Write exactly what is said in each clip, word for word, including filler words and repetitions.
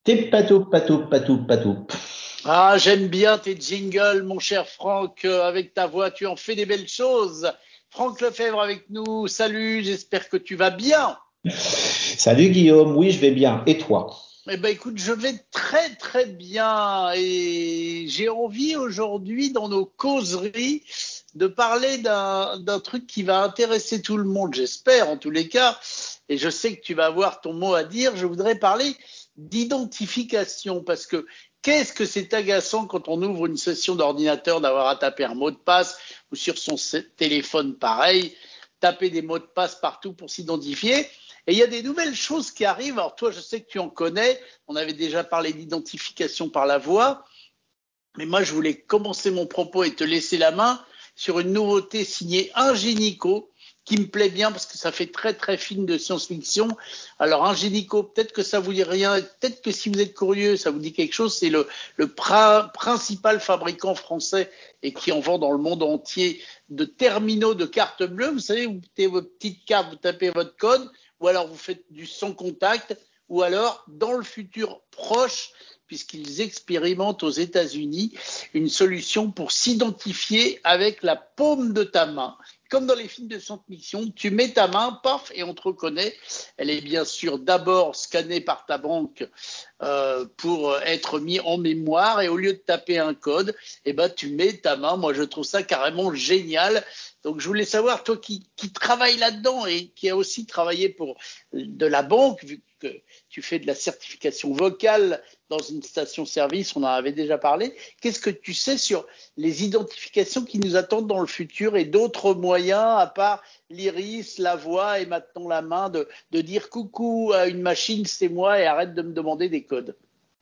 Tip patou patou patou patou. Ah, j'aime bien tes jingles, mon cher Franck. Euh, Avec ta voix, tu en fais des belles choses. Franck Lefebvre avec nous. Salut, j'espère que tu vas bien. Salut Guillaume, oui je vais bien. Et toi? Eh ben, écoute, je vais très très bien et j'ai envie aujourd'hui dans nos causeries de parler d'un d'un truc qui va intéresser tout le monde, j'espère en tous les cas. Et je sais que tu vas avoir ton mot à dire. Je voudrais parler d'identification parce que qu'est-ce que c'est agaçant quand on ouvre une session d'ordinateur d'avoir à taper un mot de passe ou sur son téléphone pareil, taper des mots de passe partout pour s'identifier. Et il y a des nouvelles choses qui arrivent. Alors toi, je sais que tu en connais. On avait déjà parlé d'identification par la voix. Mais moi, je voulais commencer mon propos et te laisser la main sur une nouveauté signée Ingenico qui me plaît bien parce que ça fait très très film de science-fiction. Alors Ingenico, peut-être que ça vous dit rien, peut-être que si vous êtes curieux, ça vous dit quelque chose. C'est le, le pra- principal fabricant français et qui en vend dans le monde entier de terminaux de cartes bleues. Vous savez, vous mettez votre petite carte, vous tapez votre code, ou alors vous faites du sans contact, ou alors dans le futur proche, puisqu'ils expérimentent aux États-Unis une solution pour s'identifier avec la paume de ta main. Comme dans les films de science-fiction, tu mets ta main, paf, et on te reconnaît. Elle est bien sûr d'abord scannée par ta banque euh, pour être mis en mémoire, et au lieu de taper un code, eh ben, tu mets ta main. Moi, je trouve ça carrément génial. Donc, je voulais savoir, toi qui, qui travailles là-dedans et qui a aussi travaillé pour de la banque, vu que tu fais de la certification vocale dans une station-service, on en avait déjà parlé. Qu'est-ce que tu sais sur les identifications qui nous attendent dans le futur et d'autres moyens, à part l'iris, la voix et maintenant la main, de, de dire coucou à une machine, c'est moi et arrête de me demander des codes.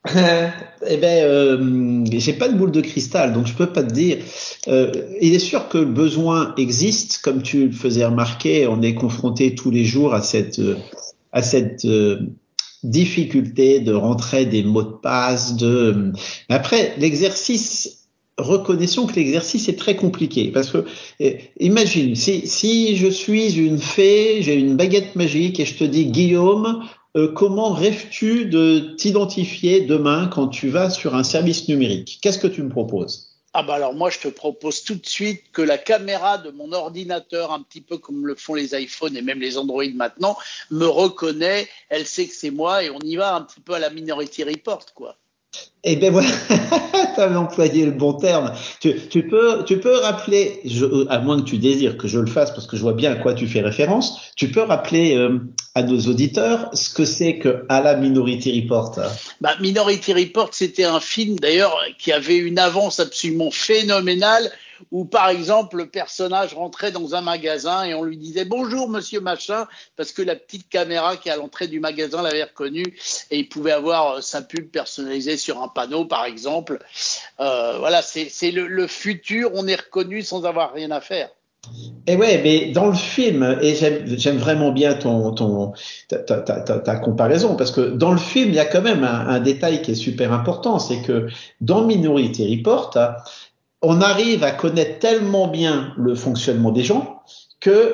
Eh ben, euh, j'ai pas de boule de cristal, donc je peux pas te dire. Euh, il est sûr que le besoin existe, comme tu le faisais remarquer, on est confronté tous les jours à cette euh, à cette euh, difficulté de rentrer des mots de passe. De après l'exercice. Reconnaissons que l'exercice est très compliqué parce que eh, imagine si si je suis une fée, j'ai une baguette magique et je te dis Guillaume, euh, comment rêves-tu de t'identifier demain quand tu vas sur un service numérique? Qu'est-ce que tu me proposes? Ah bah alors moi je te propose tout de suite que la caméra de mon ordinateur, un petit peu comme le font les iPhones et même les Android maintenant, me reconnaît, elle sait que c'est moi et on y va un petit peu à la Minority Report quoi. Eh ben voilà, tu as employé le bon terme. Tu, tu peux, tu peux rappeler, je, à moins que tu désires que je le fasse, parce que je vois bien à quoi tu fais référence, tu peux rappeler euh, à nos auditeurs ce que c'est que à la Minority Report. Bah, Minority Report, c'était un film d'ailleurs qui avait une avance absolument phénoménale où, par exemple, le personnage rentrait dans un magasin et on lui disait bonjour, monsieur machin, parce que la petite caméra qui est à l'entrée du magasin l'avait reconnu et il pouvait avoir euh, sa pub personnalisée sur un panneau, par exemple. Euh, voilà, c'est c'est le, le futur, on est reconnu sans avoir rien à faire. Et ouais, mais dans le film, et j'aime, j'aime vraiment bien ton, ton, ta, ta, ta, ta- ta comparaison, parce que dans le film, il y a quand même un, un détail qui est super important, c'est que dans Minority Report, on arrive à connaître tellement bien le fonctionnement des gens que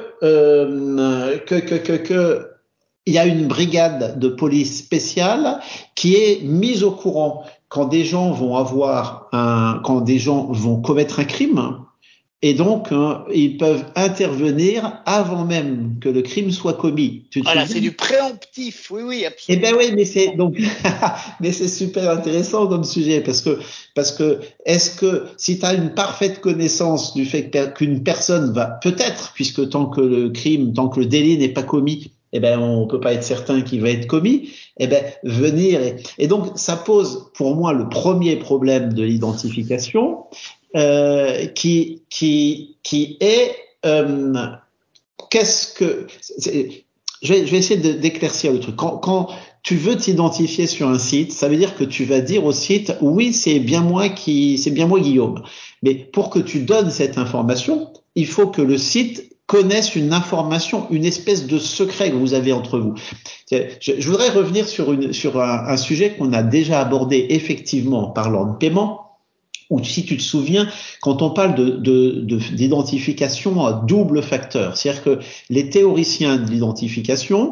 euh, que, que, que, que il y a une brigade de police spéciale qui est mise au courant quand des gens vont avoir un, quand des gens vont commettre un crime. Et donc, euh, ils peuvent intervenir avant même que le crime soit commis. Tu te Voilà, souviens? c'est du préemptif, oui, oui, Eh ben absolument. oui, mais c'est donc, mais c'est super intéressant comme sujet parce que parce que est-ce que si tu as une parfaite connaissance du fait que- qu'une personne va peut-être, puisque tant que le crime, tant que le délit n'est pas commis, eh ben on peut pas être certain qu'il va être commis. Eh ben venir et, et donc ça pose pour moi le premier problème de l'identification euh, qui qui qui est euh, qu'est-ce que c'est- je vais, je vais essayer de- d'éclaircir le truc. Quand, quand tu veux t'identifier sur un site, ça veut dire que tu vas dire au site, oui, c'est bien moi qui, c'est bien moi Guillaume. Mais pour que tu donnes cette information, il faut que le site connaisse une information, une espèce de secret que vous avez entre vous. Je, je voudrais revenir sur, une, sur un, un sujet qu'on a déjà abordé effectivement en parlant de paiement ou si tu te souviens, quand on parle de, de, de, d'identification à double facteur, c'est-à-dire que les théoriciens de l'identification,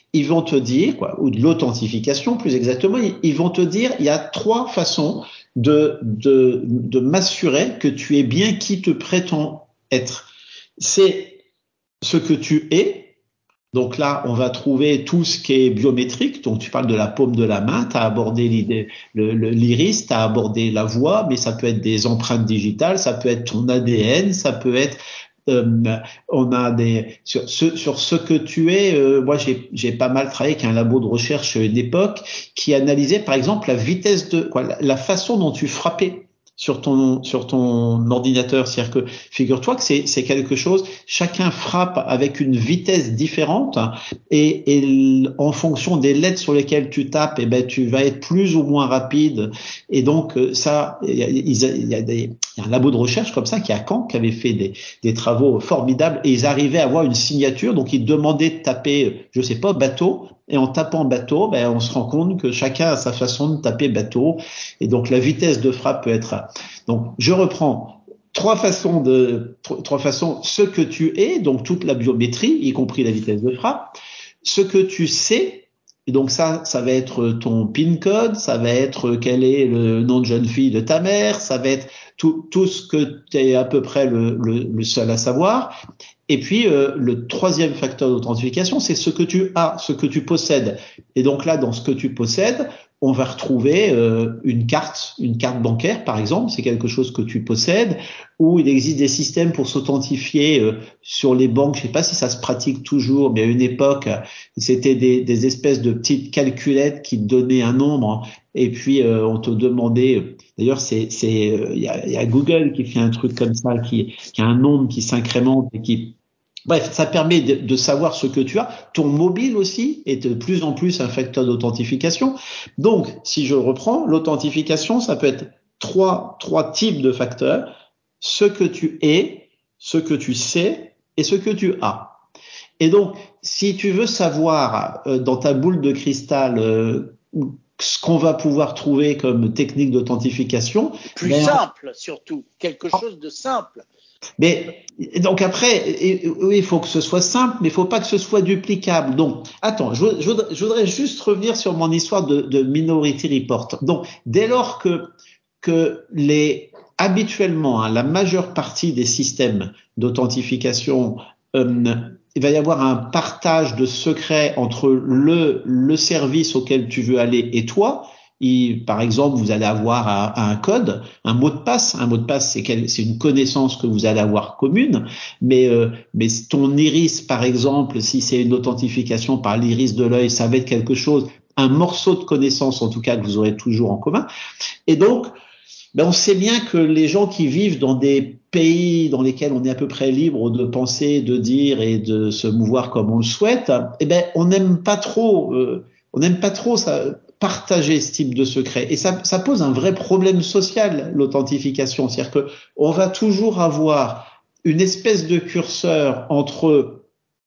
ils vont te dire, quoi, ou de l'authentification plus exactement, ils, ils vont te dire, il y a trois façons de, de, de m'assurer que tu es bien qui te prétends être. C'est ce que tu es. Donc là, on va trouver tout ce qui est biométrique. Donc tu parles de la paume de la main, tu as abordé l'idée, le, le, l'iris, tu as abordé la voix, mais ça peut être des empreintes digitales, ça peut être ton A D N, ça peut être euh, on a des sur ce sur ce que tu es. Euh, moi, j'ai j'ai pas mal travaillé avec un labo de recherche à une époque qui analysait par exemple la vitesse de quoi, la, la façon dont tu frappais sur ton sur ton ordinateur, c'est-à-dire que figure-toi que c'est c'est quelque chose, chacun frappe avec une vitesse différente et, et en fonction des lettres sur lesquelles tu tapes, et eh ben tu vas être plus ou moins rapide et donc ça il y a, il y a, des, il y a un labo de recherche comme ça qui est à Caen qui avait fait des des travaux formidables et ils arrivaient à avoir une signature, donc ils demandaient de taper je sais pas bateau. Et en tapant bateau, ben, on se rend compte que chacun a sa façon de taper bateau. Et donc, la vitesse de frappe peut être... Donc, je reprends trois façons de, trois façons, ce que tu es, donc toute la biométrie, y compris la vitesse de frappe, ce que tu sais, et donc ça, ça va être ton PIN code, ça va être quel est le nom de jeune fille de ta mère, ça va être tout, tout ce que tu es à peu près le, le, le seul à savoir. Et puis, euh, le troisième facteur d'authentification, c'est ce que tu as, ce que tu possèdes. Et donc là, dans ce que tu possèdes, on va retrouver euh, une carte, une carte bancaire, par exemple, c'est quelque chose que tu possèdes, ou il existe des systèmes pour s'authentifier euh, sur les banques. Je sais pas si ça se pratique toujours, mais à une époque, c'était des, des espèces de petites calculettes qui te donnaient un nombre, et puis euh, on te demandait... D'ailleurs, c'est, c'est, il y a, y a Google qui fait un truc comme ça, qui, qui a un nombre qui s'incrémente et qui, bref, ça permet de, de savoir ce que tu as. Ton mobile aussi est de plus en plus un facteur d'authentification. Donc, si je reprends, l'authentification, ça peut être trois, trois types de facteurs. Ce que tu es, ce que tu sais et ce que tu as. Et donc, si tu veux savoir euh, dans ta boule de cristal euh, ce qu'on va pouvoir trouver comme technique d'authentification. Plus ben, simple, surtout. Quelque chose de simple. Mais donc après, oui, il faut que ce soit simple, mais il faut pas que ce soit duplicable. Donc, attends, je, je, voudrais, je voudrais juste revenir sur mon histoire de, de Minority Report. Donc, dès lors que que les habituellement, hein, la majeure partie des systèmes d'authentification, euh, il va y avoir un partage de secrets entre le le service auquel tu veux aller et toi. Il, par exemple, vous allez avoir un, un code, un mot de passe. Un mot de passe, c'est, quel, c'est une connaissance que vous allez avoir commune. Mais, euh, mais ton iris, par exemple, si c'est une authentification par l'iris de l'œil, ça va être quelque chose, un morceau de connaissance, en tout cas, que vous aurez toujours en commun. Et donc, ben on sait bien que les gens qui vivent dans des pays dans lesquels on est à peu près libre de penser, de dire et de se mouvoir comme on le souhaite, eh ben, on n'aime pas trop, euh, on n'aime pas trop ça. Partager ce type de secret et ça, ça pose un vrai problème social, l'authentification, c'est-à-dire que on va toujours avoir une espèce de curseur entre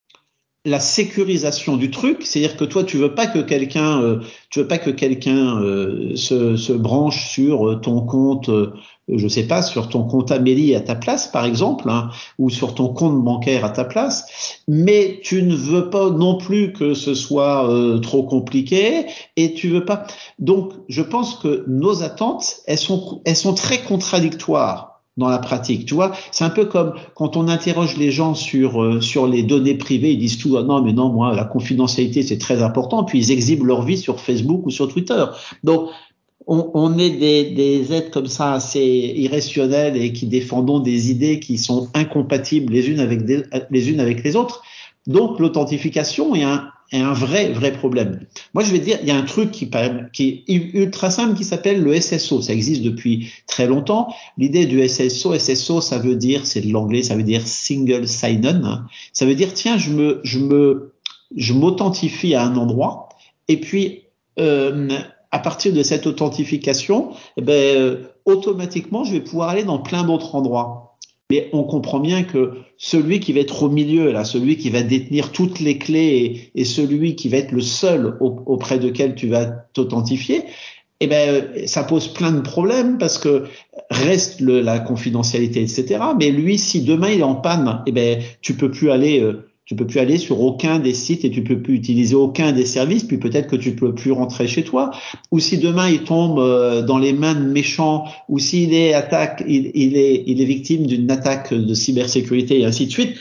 la sécurisation du truc, c'est-à-dire que toi tu veux pas que quelqu'un, euh, tu veux pas que quelqu'un euh, se, se branche sur ton compte, euh, je sais pas, sur ton compte Amélie à ta place par exemple, hein, ou sur ton compte bancaire à ta place, mais tu ne veux pas non plus que ce soit euh, trop compliqué et tu veux pas. Donc je pense que nos attentes, elles sont, elles sont très contradictoires dans la pratique, tu vois, c'est un peu comme quand on interroge les gens sur euh, sur les données privées, ils disent tout ah non mais non moi la confidentialité c'est très important, puis ils exhibent leur vie sur Facebook ou sur Twitter. Donc on, on est des, des êtres comme ça assez irrationnels et qui défendons des idées qui sont incompatibles les unes avec des, les unes avec les autres. Donc l'authentification est un est un vrai vrai problème. Moi je vais te dire il y a un truc qui qui est ultra simple qui s'appelle le S S O. Ça existe depuis très longtemps. L'idée du S S O, S S O ça veut dire c'est de l'anglais, ça veut dire single sign-on. Ça veut dire tiens je me je me je m'authentifie à un endroit et puis euh, à partir de cette authentification, eh ben, euh, automatiquement, je vais pouvoir aller dans plein d'autres endroits. Mais on comprend bien que celui qui va être au milieu, là, celui qui va détenir toutes les clés et, et celui qui va être le seul auprès de quel tu vas t'authentifier, eh ben, ça pose plein de problèmes parce que reste le, la confidentialité, et cetera. Mais lui, si demain il est en panne, eh ben, tu peux plus aller. Euh, Tu peux plus aller sur aucun des sites et tu peux plus utiliser aucun des services, puis peut-être que tu peux plus rentrer chez toi. Ou si demain il tombe euh, dans les mains de méchants, ou s'il est attaque, il, il est, il est victime d'une attaque de cybersécurité et ainsi de suite.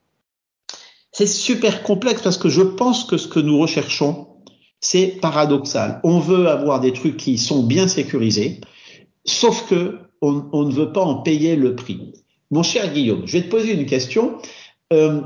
C'est super complexe parce que je pense que ce que nous recherchons, c'est paradoxal. On veut avoir des trucs qui sont bien sécurisés, sauf que on, on ne veut pas en payer le prix. Mon cher Guillaume, je vais te poser une question. Euh,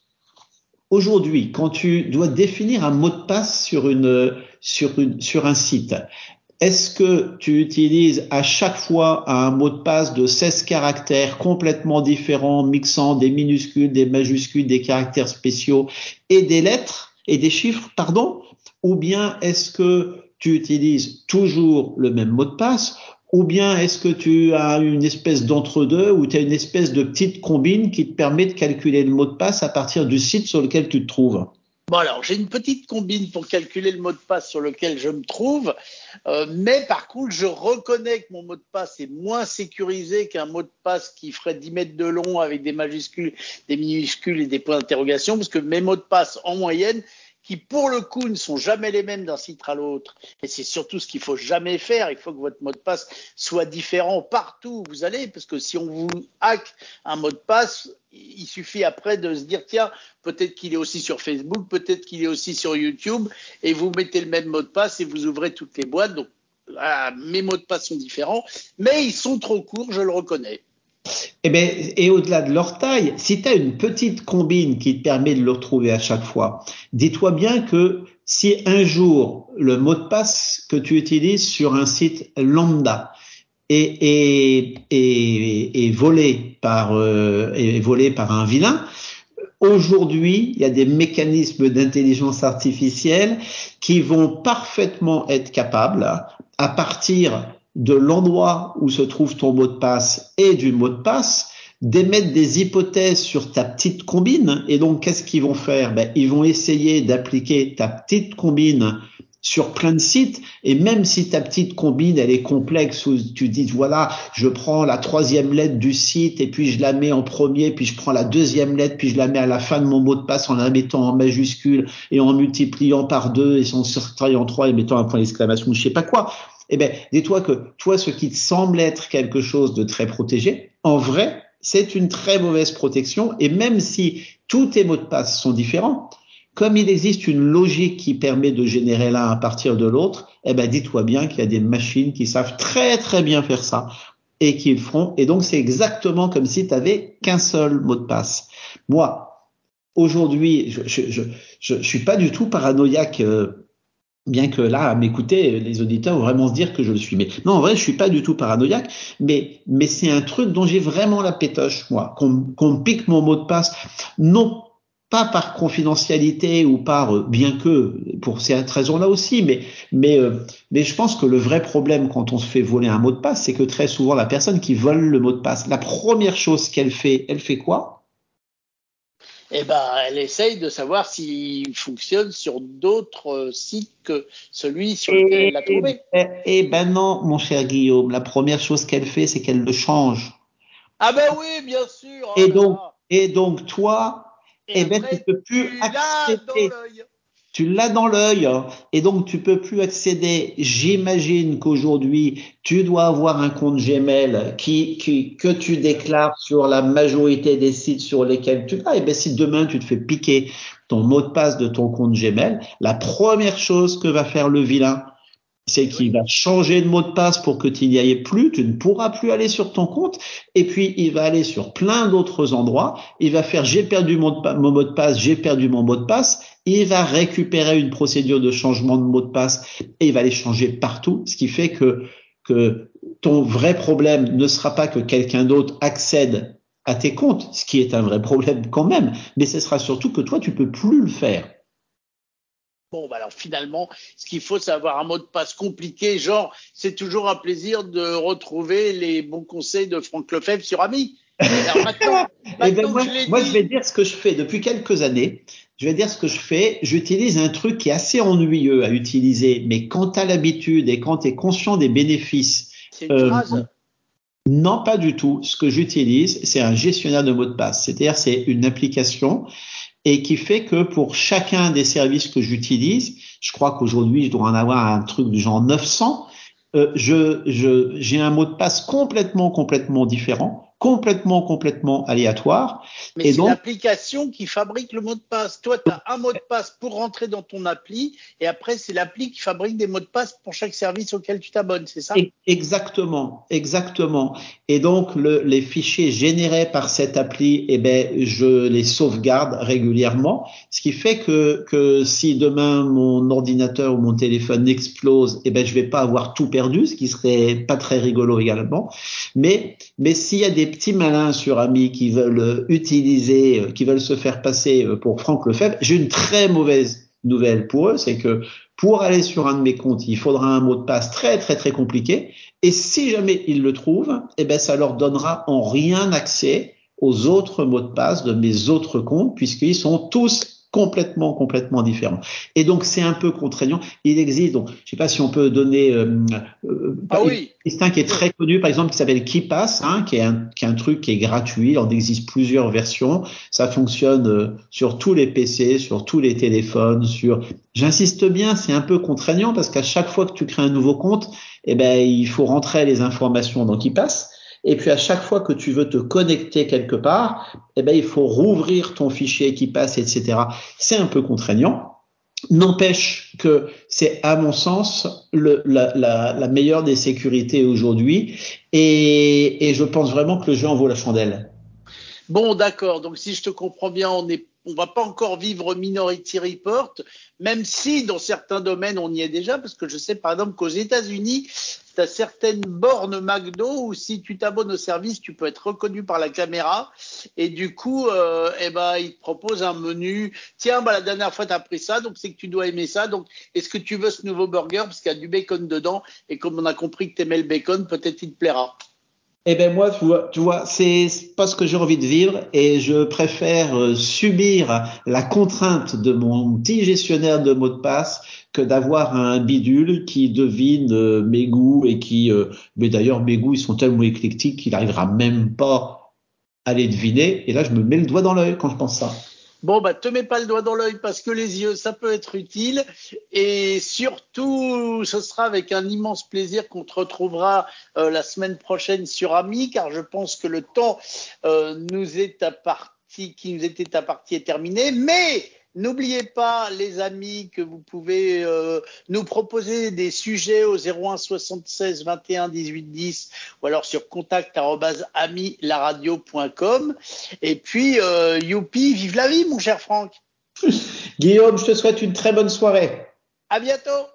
Aujourd'hui, quand tu dois définir un mot de passe sur une, sur une, sur un site, est-ce que tu utilises à chaque fois un mot de passe de seize caractères complètement différents, mixant des minuscules, des majuscules, des caractères spéciaux et des lettres et des chiffres, pardon? Ou bien est-ce que tu utilises toujours le même mot de passe? Ou bien est-ce que tu as une espèce d'entre-deux ou tu as une espèce de petite combine qui te permet de calculer le mot de passe à partir du site sur lequel tu te trouves? Bon, alors, j'ai une petite combine pour calculer le mot de passe sur lequel je me trouve, euh, mais par contre, je reconnais que mon mot de passe est moins sécurisé qu'un mot de passe qui ferait dix mètres de long avec des majuscules, des minuscules et des points d'interrogation, parce que mes mots de passe, en moyenne, qui pour le coup ne sont jamais les mêmes d'un site à l'autre, et c'est surtout ce qu'il faut jamais faire, il faut que votre mot de passe soit différent partout où vous allez, parce que si on vous hack un mot de passe, il suffit après de se dire, tiens, peut-être qu'il est aussi sur Facebook, peut-être qu'il est aussi sur YouTube, et vous mettez le même mot de passe et vous ouvrez toutes les boîtes. Donc, ah, mes mots de passe sont différents, mais ils sont trop courts, je le reconnais. Eh ben, et au-delà de leur taille, si tu as une petite combine qui te permet de le retrouver à chaque fois, dis-toi bien que si un jour le mot de passe que tu utilises sur un site lambda est, est, est, est volé par euh, est volé par un vilain, aujourd'hui, il y a des mécanismes d'intelligence artificielle qui vont parfaitement être capables, à partir de l'endroit où se trouve ton mot de passe et du mot de passe, d'émettre des hypothèses sur ta petite combine. Et donc, qu'est-ce qu'ils vont faire? Ben, ils vont essayer d'appliquer ta petite combine sur plein de sites, et même si ta petite combine elle est complexe, où tu dis voilà, je prends la troisième lettre du site et puis je la mets en premier, puis je prends la deuxième lettre, puis je la mets à la fin de mon mot de passe en la mettant en majuscule et en multipliant par deux et en surtrayant en trois et mettant un point d'exclamation ou je sais pas quoi. Eh ben, dis-toi que toi, ce qui te semble être quelque chose de très protégé, en vrai, c'est une très mauvaise protection, et même si tous tes mots de passe sont différents, comme il existe une logique qui permet de générer l'un à partir de l'autre, eh ben dis-toi bien qu'il y a des machines qui savent très très bien faire ça et qui le feront. Et donc c'est exactement comme si tu avais qu'un seul mot de passe. Moi, aujourd'hui, je, je, je, je, je suis pas du tout paranoïaque. Euh, Bien que là, à m'écouter, les auditeurs vont vraiment se dire que je le suis. Mais non, en vrai, je suis pas du tout paranoïaque. Mais mais c'est un truc dont j'ai vraiment la pétoche, moi, qu'on qu'on me pique mon mot de passe. Non pas par confidentialité ou par, euh, bien que pour cette raison-là aussi, mais mais euh, mais je pense que le vrai problème quand on se fait voler un mot de passe, c'est que très souvent la personne qui vole le mot de passe, la première chose qu'elle fait, elle fait quoi? Eh ben, elle essaye de savoir s'il fonctionne sur d'autres euh, sites que celui sur lequel elle Et, l'a trouvé. eh ben non, mon cher Guillaume, la première chose qu'elle fait, c'est qu'elle le change. Ah ben oui, bien sûr, oh Et là donc, là. et donc toi, Et eh ben tu après, peux plus tu l'as dans accéder. l'œil. Tu l'as dans l'œil, hein, et donc tu peux plus accéder. J'imagine qu'aujourd'hui, tu dois avoir un compte Gmail qui, qui, que tu Ben oui. déclares sur la majorité des sites sur lesquels tu vas. Et ben si demain tu te fais piquer ton mot de passe de ton compte Gmail, la première chose que va faire le vilain, c'est Ben qu'il oui. va changer de mot de passe pour que tu n'y ailles plus, tu ne pourras plus aller sur ton compte, et puis il va aller sur plein d'autres endroits, il va faire j'ai perdu mon, mon mot de passe, j'ai perdu mon mot de passe, il va récupérer une procédure de changement de mot de passe et il va les changer partout, ce qui fait que, que ton vrai problème ne sera pas que quelqu'un d'autre accède à tes comptes, ce qui est un vrai problème quand même, mais ce sera surtout que toi tu peux plus le faire. Bon, bah alors finalement, ce qu'il faut, c'est avoir un mot de passe compliqué. Genre, c'est toujours un plaisir de retrouver les bons conseils de Franck Lefebvre sur Ami. Et alors maintenant, Eh ben maintenant que moi, je l'ai moi, je vais dit, dire ce que je fais depuis quelques années. Je vais dire ce que je fais. J'utilise un truc qui est assez ennuyeux à utiliser, mais quand tu as l'habitude et quand tu es conscient des bénéfices, c'est une euh, phrase. non, pas du tout. Ce que j'utilise, c'est un gestionnaire de mots de passe. C'est-à-dire, c'est une application et qui fait que pour chacun des services que j'utilise, je crois qu'aujourd'hui je dois en avoir un truc du genre neuf cents, euh, je, je, j'ai un mot de passe complètement, complètement différent, complètement, complètement aléatoire. Mais Et c'est donc, l'application qui fabrique le mot de passe. Toi, tu as un mot de passe pour rentrer dans ton appli et après, c'est l'appli qui fabrique des mots de passe pour chaque service auquel tu t'abonnes, c'est ça? exactement, exactement. Et donc, le, les fichiers générés par cette appli, eh ben, je les sauvegarde régulièrement, ce qui fait que, que si demain mon ordinateur ou mon téléphone explose, eh ben, je vais pas avoir tout perdu, ce qui serait pas très rigolo également. Mais, mais s'il y a des petits malins sur Ami qui veulent utiliser, qui veulent se faire passer pour Franck Lefebvre, j'ai une très mauvaise nouvelle pour eux, c'est que pour aller sur un de mes comptes, il faudra un mot de passe très très très compliqué. Et si jamais ils le trouvent, eh ben ça leur donnera en rien accès aux autres mots de passe de mes autres comptes, puisqu'ils sont tous complètement complètement différents. Et donc c'est un peu contraignant. Il existe, donc je sais pas si on peut donner, euh, euh, Ah il oui, existe un qui est oui. très connu, par exemple, qui s'appelle KeePass, hein, qui est un qui est un truc qui est gratuit. Il en existe plusieurs versions. Ça fonctionne euh, sur tous les P C, sur tous les téléphones, sur J'insiste bien, c'est un peu contraignant parce qu'à chaque fois que tu crées un nouveau compte, eh ben, il faut rentrer les informations dans KeePass. Et puis à chaque fois que tu veux te connecter quelque part, eh ben, il faut rouvrir ton fichier KeePass, et cetera. C'est un peu contraignant. N'empêche que c'est, à mon sens, le, la, la, la meilleure des sécurités aujourd'hui. Et, et je pense vraiment que le jeu en vaut la chandelle. Bon, d'accord. Donc, si je te comprends bien, on est, on va pas encore vivre Minority Report, même si dans certains domaines on y est déjà, parce que je sais par exemple qu'aux États-Unis, tu as certaines bornes McDo où si tu t'abonnes au service, tu peux être reconnu par la caméra et du coup, euh, eh ben, ils te proposent un menu. Tiens, bah, la dernière fois tu as pris ça, donc c'est que tu dois aimer ça. Donc, est-ce que tu veux ce nouveau burger parce qu'il y a du bacon dedans et comme on a compris que tu aimais le bacon, peut-être il te plaira. Eh ben moi, tu vois, tu vois, c'est pas ce que j'ai envie de vivre et je préfère euh, subir la contrainte de mon petit gestionnaire de mots de passe que d'avoir un bidule qui devine euh, mes goûts et qui, euh, mais d'ailleurs mes goûts ils sont tellement éclectiques qu'il n'arrivera même pas à les deviner. Et là, je me mets le doigt dans l'œil quand je pense ça. Bon, bah, te mets pas le doigt dans l'œil parce que les yeux, ça peut être utile. Et surtout, ce sera avec un immense plaisir qu'on te retrouvera euh, la semaine prochaine sur Ami, car je pense que le temps euh, nous est à partie, qui nous était à partie est terminé. Mais n'oubliez pas, les amis, que vous pouvez euh, nous proposer des sujets au zéro un soixante-seize vingt et un dix-huit dix ou alors sur contact arobase ami la radio point com. Et puis, euh, youpi, vive la vie, mon cher Franck. Guillaume, je te souhaite une très bonne soirée. À bientôt.